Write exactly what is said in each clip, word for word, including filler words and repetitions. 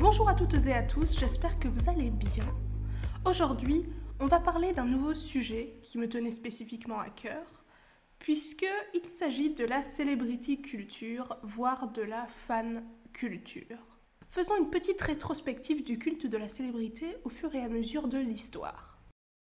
Bonjour à toutes et à tous, j'espère que vous allez bien. Aujourd'hui, on va parler d'un nouveau sujet qui me tenait spécifiquement à cœur, puisqu'il s'agit de la celebrity culture, voire de la fan culture. Faisons une petite rétrospective du culte de la célébrité au fur et à mesure de l'histoire.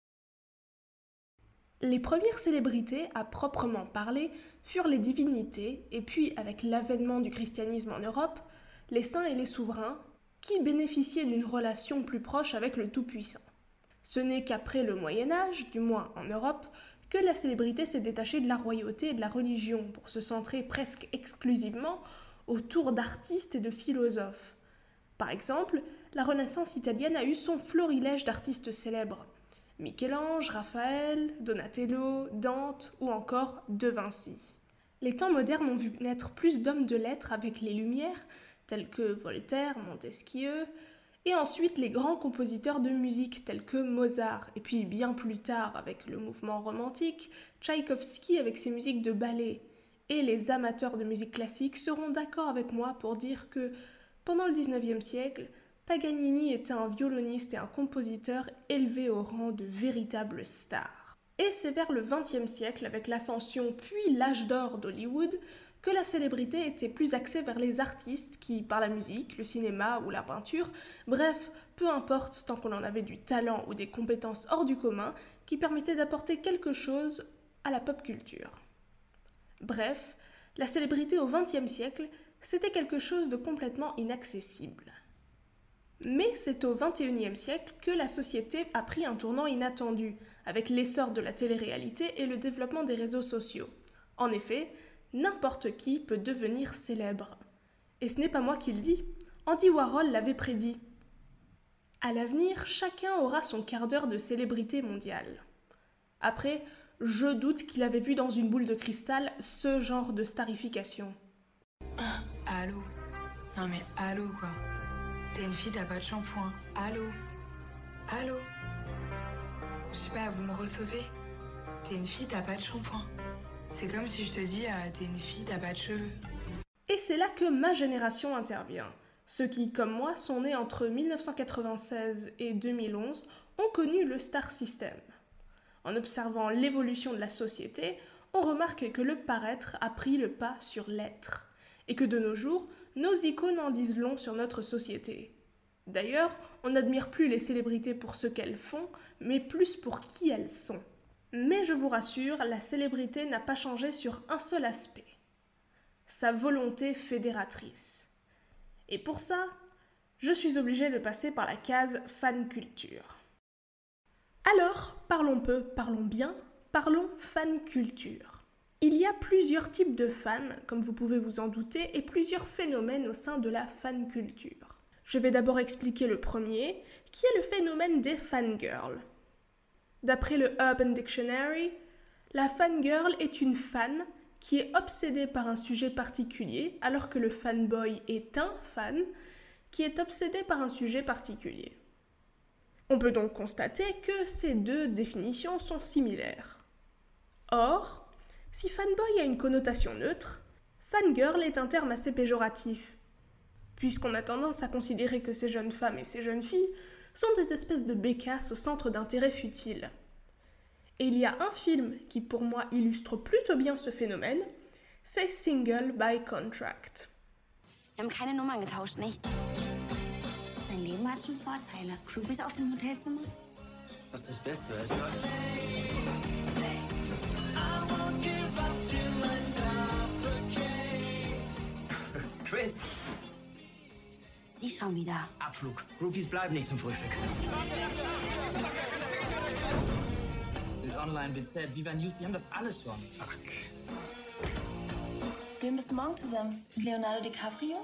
Les premières célébrités à proprement parler furent les divinités, et puis avec l'avènement du christianisme en Europe, les saints et les souverains, qui bénéficiaient d'une relation plus proche avec le Tout-Puissant. Ce n'est qu'après le Moyen-Âge, du moins en Europe, que la célébrité s'est détachée de la royauté et de la religion pour se centrer presque exclusivement autour d'artistes et de philosophes. Par exemple, la Renaissance italienne a eu son florilège d'artistes célèbres. Michel-Ange, Raphaël, Donatello, Dante ou encore De Vinci. Les temps modernes ont vu naître plus d'hommes de lettres avec les Lumières, tels que Voltaire, Montesquieu, et ensuite les grands compositeurs de musique tels que Mozart, et puis bien plus tard avec le mouvement romantique, Tchaïkovski avec ses musiques de ballet. Et les amateurs de musique classique seront d'accord avec moi pour dire que, pendant le dix-neuvième siècle, Paganini était un violoniste et un compositeur élevé au rang de véritable star. Et c'est vers le vingtième siècle, avec l'ascension puis l'âge d'or d'Hollywood, que la célébrité était plus axée vers les artistes qui, par la musique, le cinéma ou la peinture, bref, peu importe tant qu'on en avait du talent ou des compétences hors du commun, qui permettaient d'apporter quelque chose à la pop culture. Bref, la célébrité au vingtième siècle, c'était quelque chose de complètement inaccessible. Mais c'est au vingt et unième siècle que la société a pris un tournant inattendu, avec l'essor de la télé-réalité et le développement des réseaux sociaux. En effet, n'importe qui peut devenir célèbre. Et ce n'est pas moi qui le dis, Andy Warhol l'avait prédit. À l'avenir, chacun aura son quart d'heure de célébrité mondiale. Après, je doute qu'il avait vu dans une boule de cristal ce genre de starification. Ah, allô? Non mais allô quoi? T'es une fille, t'as pas de shampoing. Allô? Allô? Je sais pas, vous me recevez? T'es une fille, t'as pas de shampoing. C'est comme si je te dis, ah, t'es une fille, t'as pas de cheveux. Et c'est là que ma génération intervient. Ceux qui, comme moi, sont nés entre mille neuf cent quatre-vingt-seize et deux mille onze ont connu le star system. En observant l'évolution de la société, on remarque que le paraître a pris le pas sur l'être, et que de nos jours, nos icônes en disent long sur notre société. D'ailleurs, on n'admire plus les célébrités pour ce qu'elles font, mais plus pour qui elles sont. Mais je vous rassure, la célébrité n'a pas changé sur un seul aspect. Sa volonté fédératrice. Et pour ça, je suis obligée de passer par la case fan culture. Alors, parlons peu, parlons bien, parlons fan culture. Il y a plusieurs types de fans, comme vous pouvez vous en douter, et plusieurs phénomènes au sein de la fan culture. Je vais d'abord expliquer le premier, qui est le phénomène des fangirls. D'après le Urban Dictionary, la fangirl est une fan qui est obsédée par un sujet particulier, alors que le fanboy est un fan qui est obsédé par un sujet particulier. On peut donc constater que ces deux définitions sont similaires. Or, si fanboy a une connotation neutre, fangirl est un terme assez péjoratif, puisqu'on a tendance à considérer que ces jeunes femmes et ces jeunes filles sont des espèces de bécasses au centre d'intérêt futile. Et il y a un film qui pour moi illustre plutôt bien ce phénomène, c'est Single by Contract. Wir haben keine Nummern getauscht, nichts. Dein Leben hat schon Vorteile. Groupies auf dem Hotelzimmer? Das ist das Beste, weißt du? Chris! Sie schon wieder. Abflug. Groupies bleiben nicht zum Frühstück. Bild Online, B Z, Viva News, die haben das alles schon. Fuck. Wir müssen morgen zusammen mit Leonardo DiCaprio.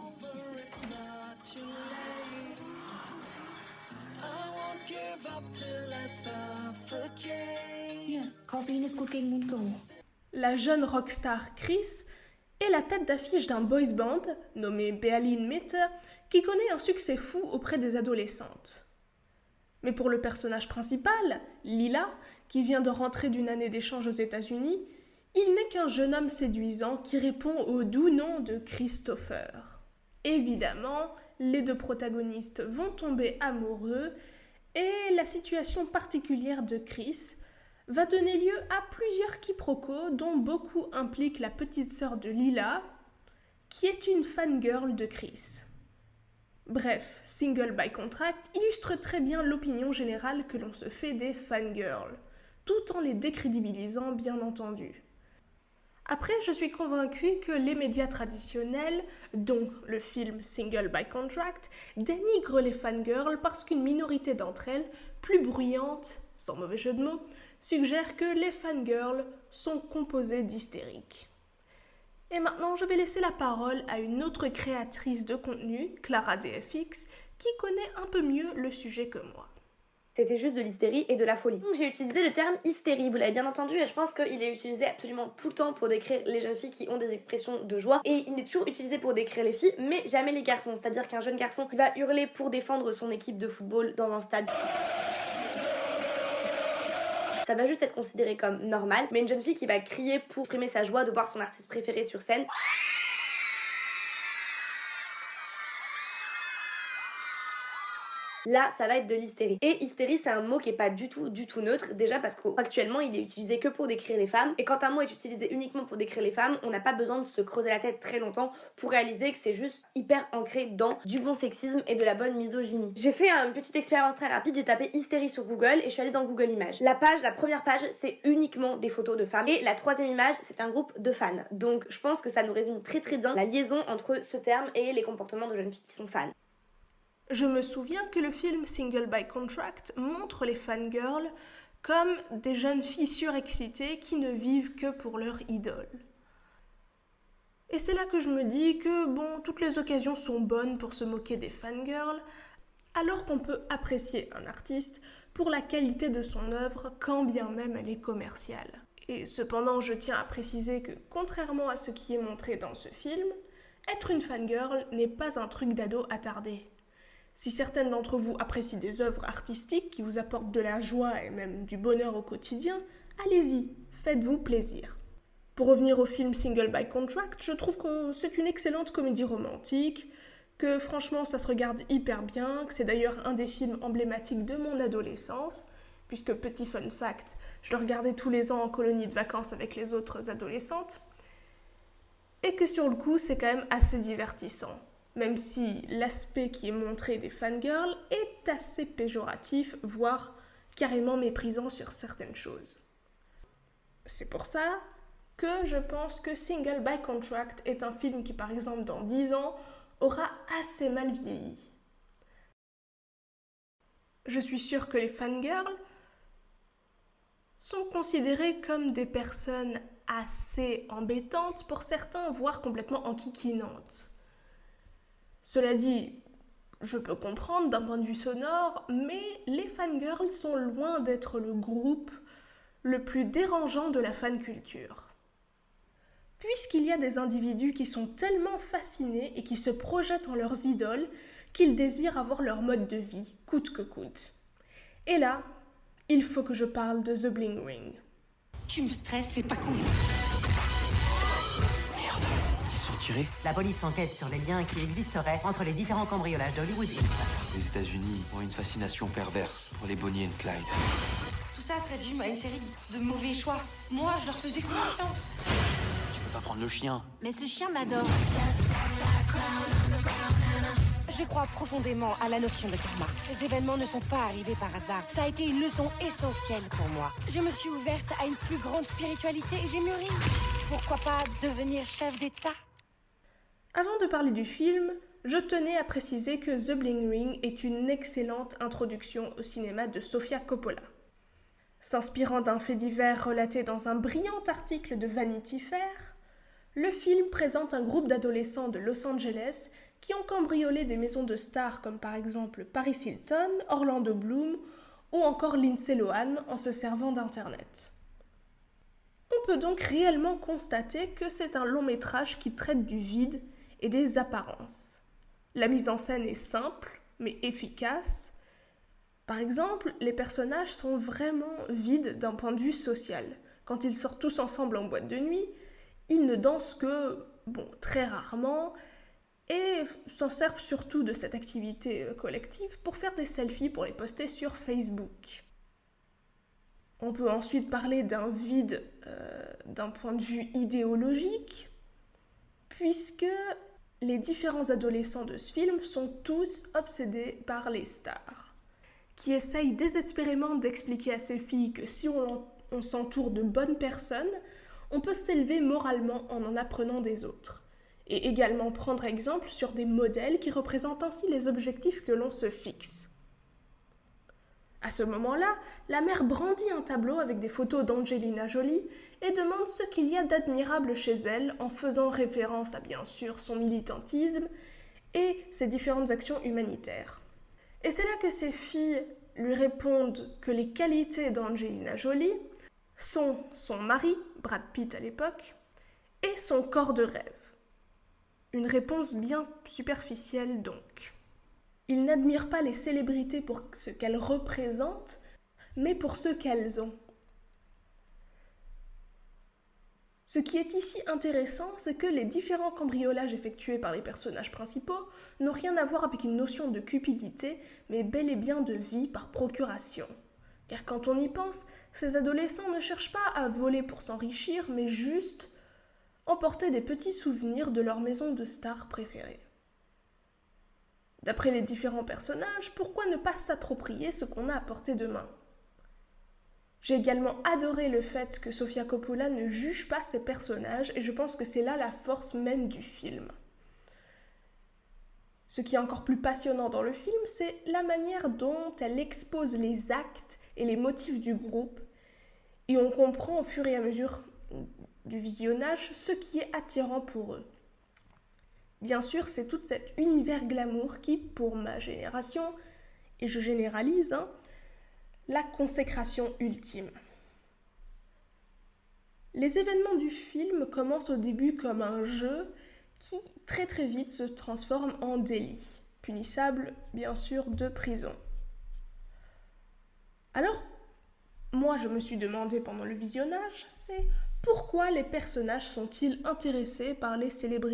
Hier, Koffein ist gut gegen Mundgeruch. La jeune rockstar Chris est la tête d'affiche d'un boys band nommé Berlin Mitte qui connaît un succès fou auprès des adolescentes. Mais pour le personnage principal, Lila, qui vient de rentrer d'une année d'échange aux États-Unis, il n'est qu'un jeune homme séduisant qui répond au doux nom de Christopher. Évidemment, les deux protagonistes vont tomber amoureux et la situation particulière de Chris va donner lieu à plusieurs quiproquos dont beaucoup impliquent la petite sœur de Lila, qui est une fangirl de Chris. Bref, Single by Contract illustre très bien l'opinion générale que l'on se fait des fangirls, tout en les décrédibilisant bien entendu. Après, je suis convaincue que les médias traditionnels, dont le film Single by Contract, dénigrent les fangirls parce qu'une minorité d'entre elles, plus bruyantes, sans mauvais jeu de mots, suggère que les fangirls sont composées d'hystériques. Et maintenant, je vais laisser la parole à une autre créatrice de contenu, Clara D F X, qui connaît un peu mieux le sujet que moi. C'était juste de l'hystérie et de la folie. J'ai utilisé le terme hystérie, vous l'avez bien entendu, et je pense qu'il est utilisé absolument tout le temps pour décrire les jeunes filles qui ont des expressions de joie, et il est toujours utilisé pour décrire les filles, mais jamais les garçons. C'est-à-dire qu'un jeune garçon qui va hurler pour défendre son équipe de football dans un stade, ça va juste être considéré comme normal, mais une jeune fille qui va crier pour exprimer sa joie de voir son artiste préféré sur scène, là, ça va être de l'hystérie. Et hystérie, c'est un mot qui est pas du tout, du tout neutre. Déjà parce qu'actuellement, il est utilisé que pour décrire les femmes. Et quand un mot est utilisé uniquement pour décrire les femmes, on n'a pas besoin de se creuser la tête très longtemps pour réaliser que c'est juste hyper ancré dans du bon sexisme et de la bonne misogynie. J'ai fait une petite expérience très rapide. J'ai tapé hystérie sur Google et je suis allée dans Google Images. La page, la première page, c'est uniquement des photos de femmes. Et la troisième image, c'est un groupe de fans. Donc, je pense que ça nous résume très très bien la liaison entre ce terme et les comportements de jeunes filles qui sont fans. Je me souviens que le film Single by Contract montre les fangirls comme des jeunes filles surexcitées qui ne vivent que pour leur idole. Et c'est là que je me dis que, bon, toutes les occasions sont bonnes pour se moquer des fangirls, alors qu'on peut apprécier un artiste pour la qualité de son œuvre, quand bien même elle est commerciale. Et cependant, je tiens à préciser que, contrairement à ce qui est montré dans ce film, être une fangirl n'est pas un truc d'ado attardé. Si certaines d'entre vous apprécient des œuvres artistiques qui vous apportent de la joie et même du bonheur au quotidien, allez-y, faites-vous plaisir. Pour revenir au film Single by Contract, je trouve que c'est une excellente comédie romantique, que franchement ça se regarde hyper bien, que c'est d'ailleurs un des films emblématiques de mon adolescence, puisque petit fun fact, je le regardais tous les ans en colonie de vacances avec les autres adolescentes, et que sur le coup c'est quand même assez divertissant. Même si l'aspect qui est montré des fangirls est assez péjoratif, voire carrément méprisant sur certaines choses. C'est pour ça que je pense que Single by Contract est un film qui, par exemple, dans dix ans, aura assez mal vieilli. Je suis sûre que les fangirls sont considérés comme des personnes assez embêtantes pour certains, voire complètement enquiquinantes. Cela dit, je peux comprendre d'un point de vue sonore, mais les fangirls sont loin d'être le groupe le plus dérangeant de la fan culture. Puisqu'il y a des individus qui sont tellement fascinés et qui se projettent en leurs idoles qu'ils désirent avoir leur mode de vie, coûte que coûte. Et là, il faut que je parle de The Bling Ring. Tu me stresses, c'est pas cool. La police enquête sur les liens qui existeraient entre les différents cambriolages d'Hollywood Hills. Les États-Unis ont une fascination perverse pour les Bonnie and Clyde. Tout ça se résume à une série de mauvais choix. Moi, je leur faisais confiance. Tu peux pas prendre le chien. Mais ce chien m'adore. Je crois profondément à la notion de karma. Ces événements ne sont pas arrivés par hasard. Ça a été une leçon essentielle pour moi. Je me suis ouverte à une plus grande spiritualité et j'ai mûri. Pourquoi pas devenir chef d'État ? Avant de parler du film, je tenais à préciser que The Bling Ring est une excellente introduction au cinéma de Sofia Coppola. S'inspirant d'un fait divers relaté dans un brillant article de Vanity Fair, le film présente un groupe d'adolescents de Los Angeles qui ont cambriolé des maisons de stars comme par exemple Paris Hilton, Orlando Bloom ou encore Lindsay Lohan en se servant d'Internet. On peut donc réellement constater que c'est un long métrage qui traite du vide et des apparences. La mise en scène est simple, mais efficace. Par exemple, les personnages sont vraiment vides d'un point de vue social. Quand ils sortent tous ensemble en boîte de nuit, ils ne dansent que, bon, très rarement, et s'en servent surtout de cette activité collective pour faire des selfies pour les poster sur Facebook. On peut ensuite parler d'un vide euh, d'un point de vue idéologique, puisque les différents adolescents de ce film sont tous obsédés par les stars, qui essayent désespérément d'expliquer à ces filles que si on, on s'entoure de bonnes personnes, on peut s'élever moralement en en apprenant des autres. Et également prendre exemple sur des modèles qui représentent ainsi les objectifs que l'on se fixe. À ce moment-là, la mère brandit un tableau avec des photos d'Angelina Jolie et demande ce qu'il y a d'admirable chez elle en faisant référence à bien sûr son militantisme et ses différentes actions humanitaires. Et c'est là que ces filles lui répondent que les qualités d'Angelina Jolie sont son mari, Brad Pitt à l'époque, et son corps de rêve. Une réponse bien superficielle donc. Ils n'admirent pas les célébrités pour ce qu'elles représentent, mais pour ce qu'elles ont. Ce qui est ici intéressant, c'est que les différents cambriolages effectués par les personnages principaux n'ont rien à voir avec une notion de cupidité, mais bel et bien de vie par procuration. Car quand on y pense, ces adolescents ne cherchent pas à voler pour s'enrichir, mais juste emporter des petits souvenirs de leur maison de stars préférée. D'après les différents personnages, pourquoi ne pas s'approprier ce qu'on a à portée de main ? J'ai également adoré le fait que Sofia Coppola ne juge pas ses personnages et je pense que c'est là la force même du film. Ce qui est encore plus passionnant dans le film, c'est la manière dont elle expose les actes et les motifs du groupe et on comprend au fur et à mesure du visionnage ce qui est attirant pour eux. Bien sûr, c'est tout cet univers glamour qui, pour ma génération, et je généralise, hein, la consécration ultime. Les événements du film commencent au début comme un jeu qui très très vite se transforme en délit, punissable bien sûr de prison. Alors, moi je me suis demandé pendant le visionnage, c'est pourquoi les personnages sont-ils intéressés par les célébrités ?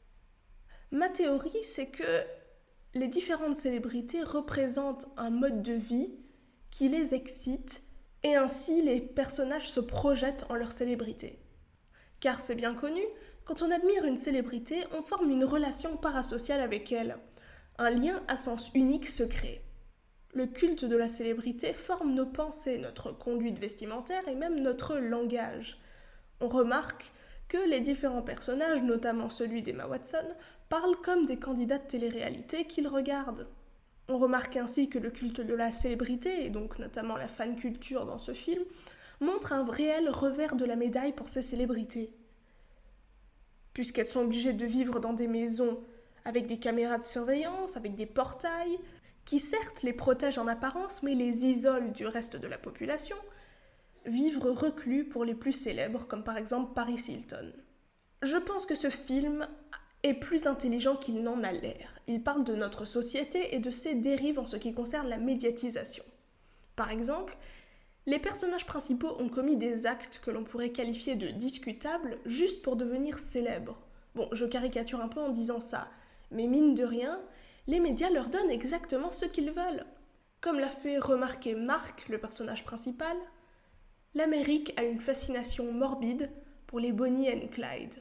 Ma théorie, c'est que les différentes célébrités représentent un mode de vie qui les excite et ainsi les personnages se projettent en leur célébrité. Car c'est bien connu, quand on admire une célébrité, on forme une relation parasociale avec elle, un lien à sens unique se crée. Le culte de la célébrité forme nos pensées, notre conduite vestimentaire et même notre langage. On remarque que les différents personnages, notamment celui d'Emma Watson, parlent comme des candidats de télé-réalité qu'ils regardent. On remarque ainsi que le culte de la célébrité, et donc notamment la fan culture dans ce film, montre un réel revers de la médaille pour ces célébrités. Puisqu'elles sont obligées de vivre dans des maisons avec des caméras de surveillance, avec des portails, qui certes les protègent en apparence, mais les isolent du reste de la population, vivre reclus pour les plus célèbres, comme par exemple Paris Hilton. Je pense que ce film est plus intelligent qu'il n'en a l'air. Il parle de notre société et de ses dérives en ce qui concerne la médiatisation. Par exemple, les personnages principaux ont commis des actes que l'on pourrait qualifier de discutables juste pour devenir célèbres. Bon, je caricature un peu en disant ça, mais mine de rien, les médias leur donnent exactement ce qu'ils veulent. Comme l'a fait remarquer Mark, le personnage principal, l'Amérique a une fascination morbide pour les Bonnie and Clyde.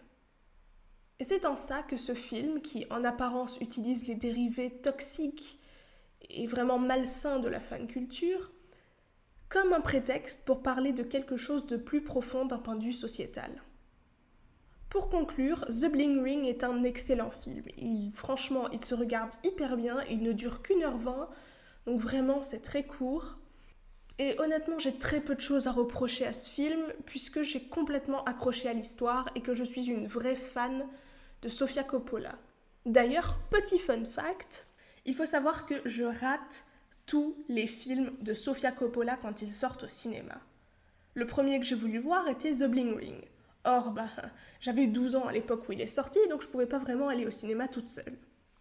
Et c'est en ça que ce film, qui en apparence utilise les dérivés toxiques et vraiment malsains de la fan culture, comme un prétexte pour parler de quelque chose de plus profond d'un point de vue sociétal. Pour conclure, The Bling Ring est un excellent film. Il, franchement, il se regarde hyper bien, il ne dure qu'une heure vingt, donc vraiment c'est très court. Et honnêtement, j'ai très peu de choses à reprocher à ce film, puisque j'ai complètement accroché à l'histoire et que je suis une vraie fan de Sofia Coppola. D'ailleurs, petit fun fact, il faut savoir que je rate tous les films de Sofia Coppola quand ils sortent au cinéma. Le premier que j'ai voulu voir était The Bling Ring. Or, bah, j'avais douze ans à l'époque où il est sorti, donc je pouvais pas vraiment aller au cinéma toute seule.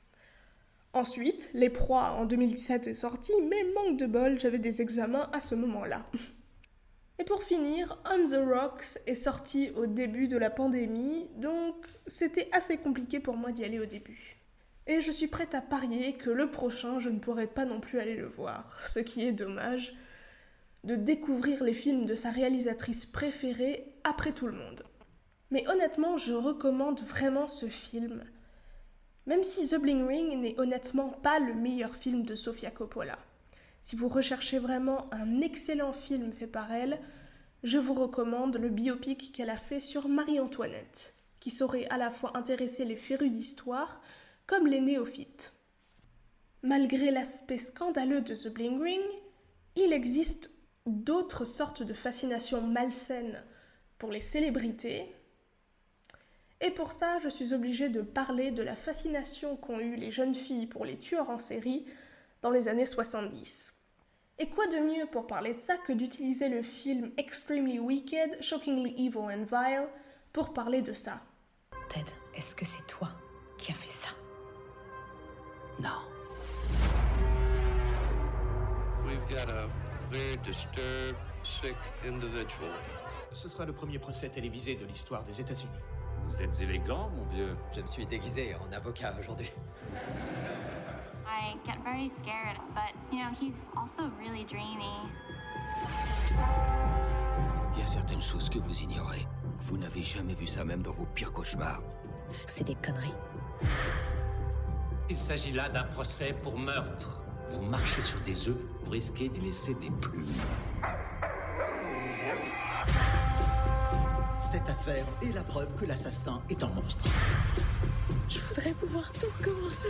Ensuite, Les Proies en deux mille dix-sept est sorti, mais manque de bol, j'avais des examens à ce moment-là. Et pour finir, On the Rocks est sorti au début de la pandémie, donc c'était assez compliqué pour moi d'y aller au début. Et je suis prête à parier que le prochain, je ne pourrai pas non plus aller le voir, ce qui est dommage, de découvrir les films de sa réalisatrice préférée après tout le monde. Mais honnêtement, je recommande vraiment ce film, même si The Bling Ring n'est honnêtement pas le meilleur film de Sofia Coppola. Si vous recherchez vraiment un excellent film fait par elle, je vous recommande le biopic qu'elle a fait sur Marie-Antoinette, qui saurait à la fois intéresser les férus d'histoire comme les néophytes. Malgré l'aspect scandaleux de The Bling Ring, il existe d'autres sortes de fascinations malsaines pour les célébrités. Et pour ça, je suis obligée de parler de la fascination qu'ont eue les jeunes filles pour les tueurs en série dans les années soixante-dix. Et quoi de mieux pour parler de ça que d'utiliser le film Extremely Wicked, Shockingly Evil and Vile pour parler de ça. Ted, est-ce que c'est toi qui as fait ça? Non. We've got a very disturbed, sick individual. Ce sera le premier procès télévisé de l'histoire des États-Unis. Vous êtes élégant, mon vieux. Je me suis déguisé en avocat aujourd'hui. I get very scared, but, you know, he's also really dreamy. Il y a certaines choses que vous ignorez. Vous n'avez jamais vu ça même dans vos pires cauchemars. C'est des conneries. Il s'agit là d'un procès pour meurtre. Vous marchez sur des œufs, vous risquez d'y laisser des plumes. Cette affaire est la preuve que l'assassin est un monstre. Je voudrais pouvoir tout recommencer.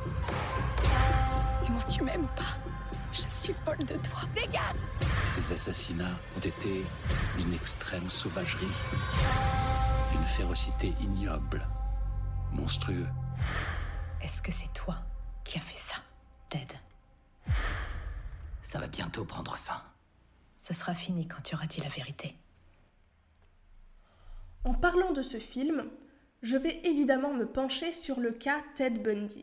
Et moi, tu m'aimes pas. Je suis folle de toi. Dégage! Ces assassinats ont été d'une extrême sauvagerie, d'une férocité ignoble, monstrueux. Est-ce que c'est toi qui as fait ça, Ted? Ça va bientôt prendre fin. Ce sera fini quand tu auras dit la vérité. En parlant de ce film, je vais évidemment me pencher sur le cas Ted Bundy.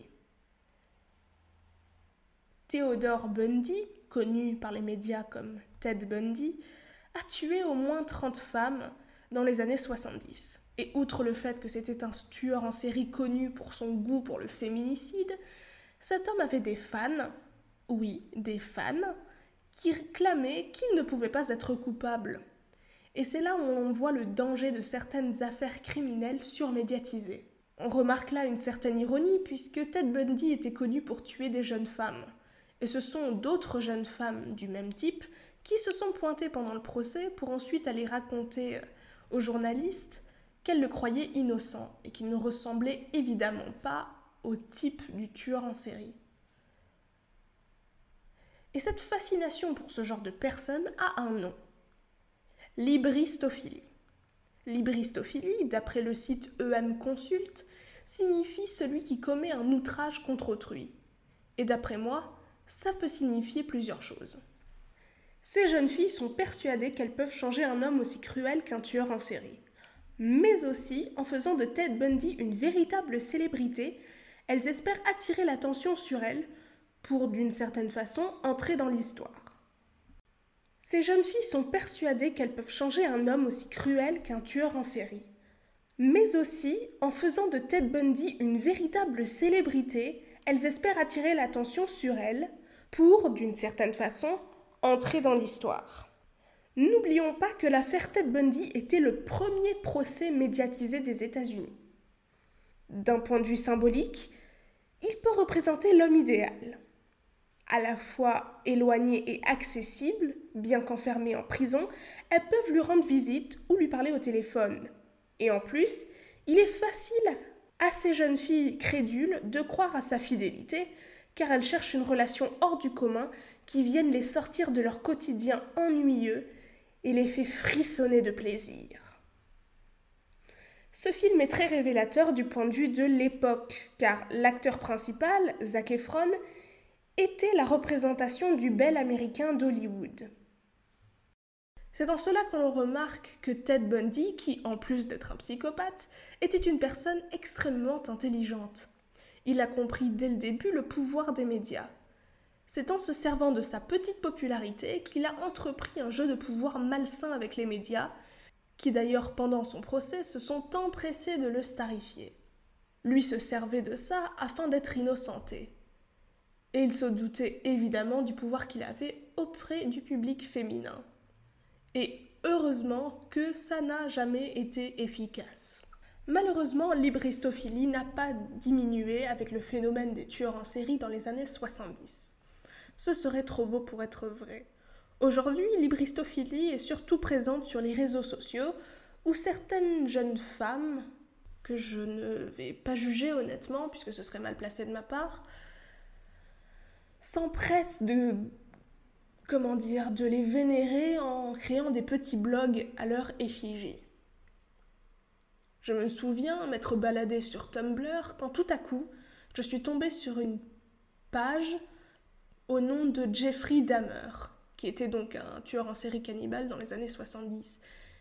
Theodore Bundy, connu par les médias comme Ted Bundy, a tué au moins trente femmes dans les années soixante-dix. Et outre le fait que c'était un tueur en série connu pour son goût pour le féminicide, cet homme avait des fans, oui, des fans, qui clamaient qu'il ne pouvait pas être coupable. Et c'est là où on voit le danger de certaines affaires criminelles surmédiatisées. On remarque là une certaine ironie puisque Ted Bundy était connu pour tuer des jeunes femmes. Et ce sont d'autres jeunes femmes du même type qui se sont pointées pendant le procès pour ensuite aller raconter aux journalistes qu'elles le croyaient innocent et qu'il ne ressemblait évidemment pas au type du tueur en série. Et cette fascination pour ce genre de personnes a un nom. Libristophilie. Libristophilie, d'après le site E M Consult, signifie celui qui commet un outrage contre autrui. Et d'après moi, ça peut signifier plusieurs choses. Ces jeunes filles sont persuadées qu'elles peuvent changer un homme aussi cruel qu'un tueur en série. Mais aussi, en faisant de Ted Bundy une véritable célébrité, elles espèrent attirer l'attention sur elles pour, d'une certaine façon, entrer dans l'histoire. Ces jeunes filles sont persuadées qu'elles peuvent changer un homme aussi cruel qu'un tueur en série. Mais aussi, en faisant de Ted Bundy une véritable célébrité, elles espèrent attirer l'attention sur elles pour, d'une certaine façon, entrer dans l'histoire. N'oublions pas que l'affaire Ted Bundy était le premier procès médiatisé des États-Unis. D'un point de vue symbolique, il peut représenter l'homme idéal. À la fois éloigné et accessible, bien qu'enfermé en prison, elles peuvent lui rendre visite ou lui parler au téléphone. Et en plus, il est facile à ces jeunes filles crédules de croire à sa fidélité, car elles cherchent une relation hors du commun qui vienne les sortir de leur quotidien ennuyeux et les fait frissonner de plaisir. Ce film est très révélateur du point de vue de l'époque, car l'acteur principal, Zac Efron, était la représentation du bel américain d'Hollywood. C'est dans cela qu'on remarque que Ted Bundy, qui, en plus d'être un psychopathe, était une personne extrêmement intelligente. Il a compris dès le début le pouvoir des médias. C'est en se servant de sa petite popularité qu'il a entrepris un jeu de pouvoir malsain avec les médias, qui d'ailleurs pendant son procès se sont empressés de le starifier. Lui se servait de ça afin d'être innocenté. Et il se doutait évidemment du pouvoir qu'il avait auprès du public féminin. Et heureusement que ça n'a jamais été efficace. Malheureusement, l'hybristophilie n'a pas diminué avec le phénomène des tueurs en série dans les années soixante-dix. Ce serait trop beau pour être vrai. Aujourd'hui, l'hybristophilie est surtout présente sur les réseaux sociaux où certaines jeunes femmes, que je ne vais pas juger honnêtement puisque ce serait mal placé de ma part, s'empressent de, comment dire, de les vénérer en créant des petits blogs à leur effigie. Je me souviens m'être baladée sur Tumblr quand tout à coup, je suis tombée sur une page au nom de Jeffrey Dahmer, qui était donc un tueur en série cannibale dans les années soixante-dix.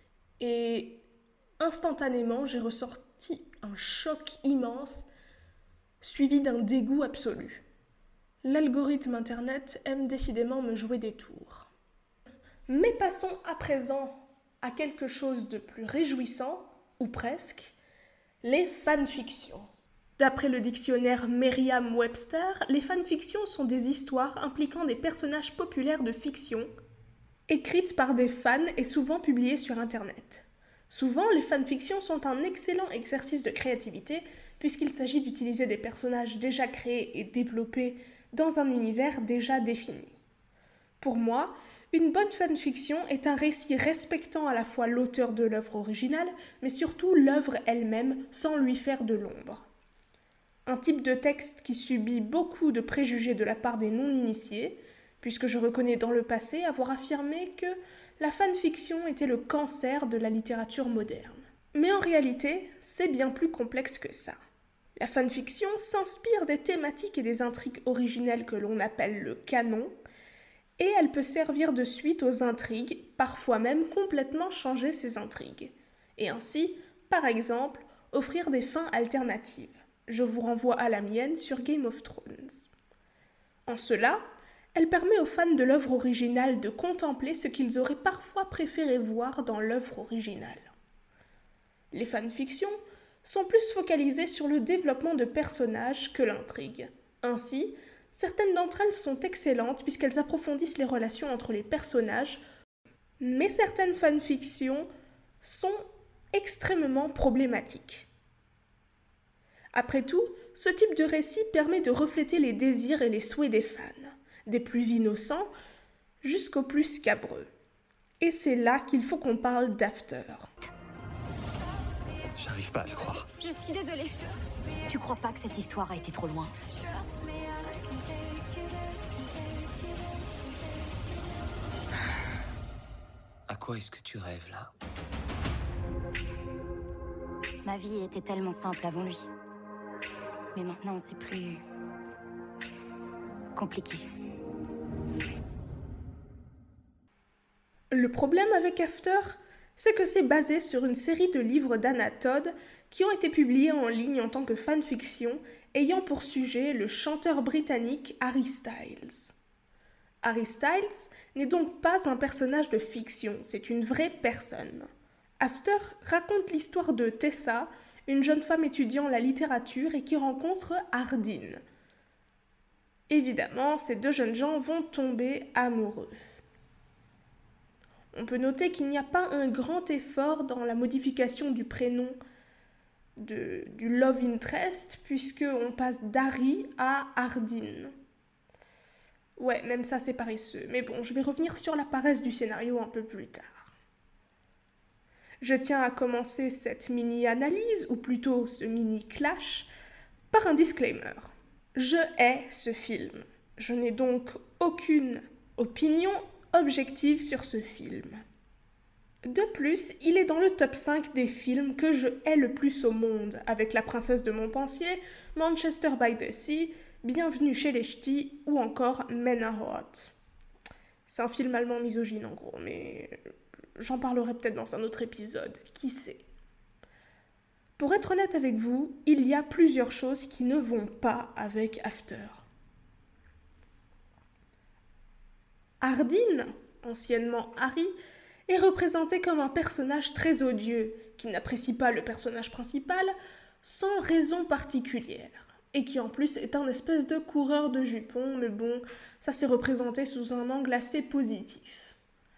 Et instantanément, j'ai ressenti un choc immense, suivi d'un dégoût absolu. L'algorithme internet aime décidément me jouer des tours. Mais passons à présent à quelque chose de plus réjouissant, ou presque, les fanfictions. D'après le dictionnaire Merriam-Webster, les fanfictions sont des histoires impliquant des personnages populaires de fiction, écrites par des fans et souvent publiées sur Internet. Souvent, les fanfictions sont un excellent exercice de créativité, puisqu'il s'agit d'utiliser des personnages déjà créés et développés dans un univers déjà défini. Pour moi, une bonne fanfiction est un récit respectant à la fois l'auteur de l'œuvre originale, mais surtout l'œuvre elle-même sans lui faire de l'ombre. Un type de texte qui subit beaucoup de préjugés de la part des non-initiés, puisque je reconnais dans le passé avoir affirmé que la fanfiction était le cancer de la littérature moderne. Mais en réalité, c'est bien plus complexe que ça. La fanfiction s'inspire des thématiques et des intrigues originelles que l'on appelle le canon, et elle peut servir de suite aux intrigues, parfois même complètement changer ces intrigues, et ainsi, par exemple, offrir des fins alternatives. Je vous renvoie à la mienne sur Game of Thrones. En cela, elle permet aux fans de l'œuvre originale de contempler ce qu'ils auraient parfois préféré voir dans l'œuvre originale. Les fanfictions sont plus focalisées sur le développement de personnages que l'intrigue. Ainsi, certaines d'entre elles sont excellentes puisqu'elles approfondissent les relations entre les personnages, mais certaines fanfictions sont extrêmement problématiques. Après tout, ce type de récit permet de refléter les désirs et les souhaits des fans, des plus innocents jusqu'aux plus scabreux. Et c'est là qu'il faut qu'on parle d'After. J'arrive pas à le croire. Je suis désolée. Tu crois pas que cette histoire a été trop loin? À quoi est-ce que tu rêves là? Ma vie était tellement simple avant lui. Mais maintenant, c'est plus compliqué. Le problème avec After, c'est que c'est basé sur une série de livres d'Anna Todd qui ont été publiés en ligne en tant que fanfiction, ayant pour sujet le chanteur britannique Harry Styles. Harry Styles n'est donc pas un personnage de fiction, c'est une vraie personne. After raconte l'histoire de Tessa, une jeune femme étudiant la littérature et qui rencontre Hardin. Évidemment, ces deux jeunes gens vont tomber amoureux. On peut noter qu'il n'y a pas un grand effort dans la modification du prénom de, du love interest, puisqu'on passe d'Harry à Hardin. Ouais, même ça c'est paresseux, mais bon, je vais revenir sur la paresse du scénario un peu plus tard. Je tiens à commencer cette mini-analyse, ou plutôt ce mini-clash, par un disclaimer. Je hais ce film. Je n'ai donc aucune opinion objective sur ce film. De plus, il est dans le top cinq des films que je hais le plus au monde, avec La Princesse de Montpensier, Manchester by the Sea, Bienvenue chez les Ch'tis ou encore Men Are Hot. C'est un film allemand misogyne en gros, mais j'en parlerai peut-être dans un autre épisode, qui sait. Pour être honnête avec vous, il y a plusieurs choses qui ne vont pas avec After. Ardyn, anciennement Harry, est représenté comme un personnage très odieux, qui n'apprécie pas le personnage principal sans raison particulière, et qui en plus est un espèce de coureur de jupons, mais bon, ça s'est représenté sous un angle assez positif.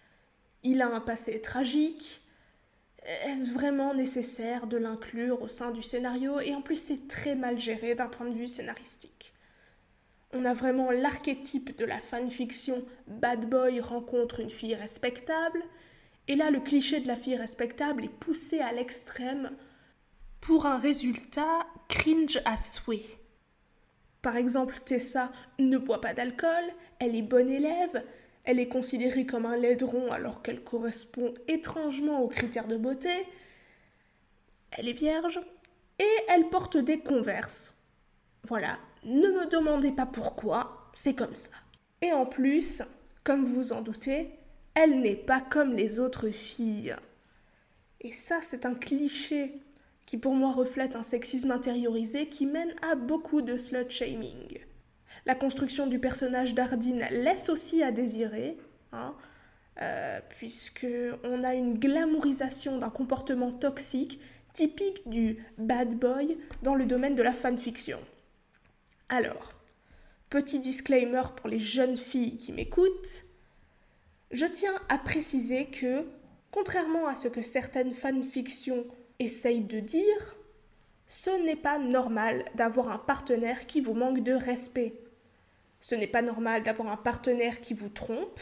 Il a un passé tragique. Est-ce vraiment nécessaire de l'inclure au sein du scénario? Et en plus, c'est très mal géré d'un point de vue scénaristique. On a vraiment l'archétype de la fanfiction bad boy rencontre une fille respectable, et là, le cliché de la fille respectable est poussé à l'extrême pour un résultat cringe à souhait. Par exemple, Tessa ne boit pas d'alcool, elle est bonne élève, elle est considérée comme un laideron alors qu'elle correspond étrangement aux critères de beauté, elle est vierge, et elle porte des Converse. Voilà, ne me demandez pas pourquoi, c'est comme ça. Et en plus, comme vous en doutez, elle n'est pas comme les autres filles. Et ça, c'est un cliché qui pour moi reflète un sexisme intériorisé qui mène à beaucoup de slut-shaming. La construction du personnage d'Ardyn laisse aussi à désirer, hein, euh, puisqu'on a une glamourisation d'un comportement toxique typique du bad boy dans le domaine de la fanfiction. Alors, petit disclaimer pour les jeunes filles qui m'écoutent, je tiens à préciser que, contrairement à ce que certaines fanfictions essayent de dire, ce n'est pas normal d'avoir un partenaire qui vous manque de respect. Ce n'est pas normal d'avoir un partenaire qui vous trompe.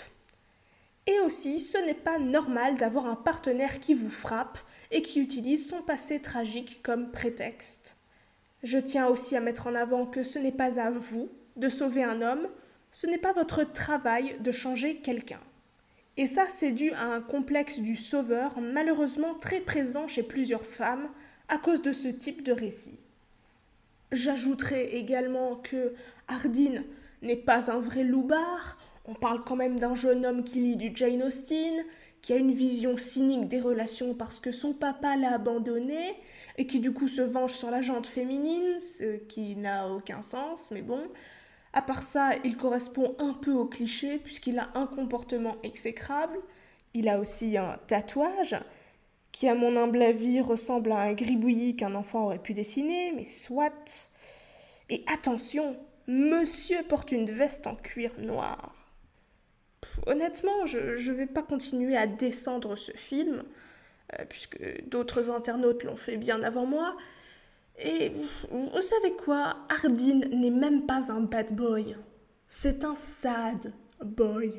Et aussi, ce n'est pas normal d'avoir un partenaire qui vous frappe et qui utilise son passé tragique comme prétexte. Je tiens aussi à mettre en avant que ce n'est pas à vous de sauver un homme, ce n'est pas votre travail de changer quelqu'un. Et ça, c'est dû à un complexe du sauveur malheureusement très présent chez plusieurs femmes à cause de ce type de récit. J'ajouterai également que Ardyn n'est pas un vrai loupard, on parle quand même d'un jeune homme qui lit du Jane Austen, qui a une vision cynique des relations parce que son papa l'a abandonné, et qui du coup se venge sur la jante féminine, ce qui n'a aucun sens, mais bon. À part ça, il correspond un peu au cliché puisqu'il a un comportement exécrable. Il a aussi un tatouage qui, à mon humble avis, ressemble à un gribouillis qu'un enfant aurait pu dessiner, mais soit. Et attention, monsieur porte une veste en cuir noir. Pff, honnêtement, je ne vais pas continuer à descendre ce film, euh, puisque d'autres internautes l'ont fait bien avant moi. Et vous savez quoi, Ardyn n'est même pas un bad boy. C'est un sad boy.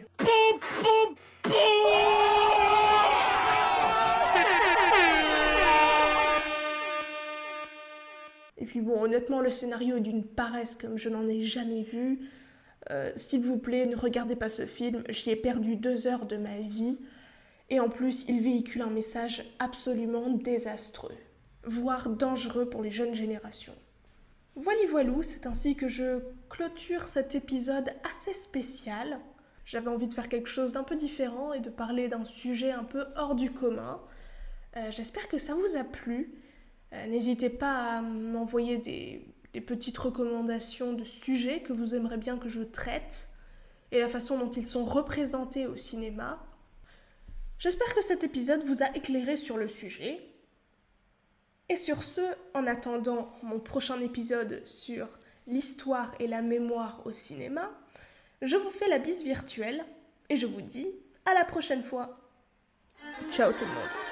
Et puis bon, honnêtement, le scénario est d'une paresse comme je n'en ai jamais vu. Euh, s'il vous plaît, ne regardez pas ce film, j'y ai perdu deux heures de ma vie. Et en plus, il véhicule un message absolument désastreux, voire dangereux pour les jeunes générations. Voilà voilou, c'est ainsi que je clôture cet épisode assez spécial. J'avais envie de faire quelque chose d'un peu différent et de parler d'un sujet un peu hors du commun. Euh, j'espère que ça vous a plu. Euh, n'hésitez pas à m'envoyer des, des petites recommandations de sujets que vous aimeriez bien que je traite et la façon dont ils sont représentés au cinéma. J'espère que cet épisode vous a éclairé sur le sujet. Et sur ce, en attendant mon prochain épisode sur l'histoire et la mémoire au cinéma, je vous fais la bise virtuelle et je vous dis à la prochaine fois. Ciao tout le monde.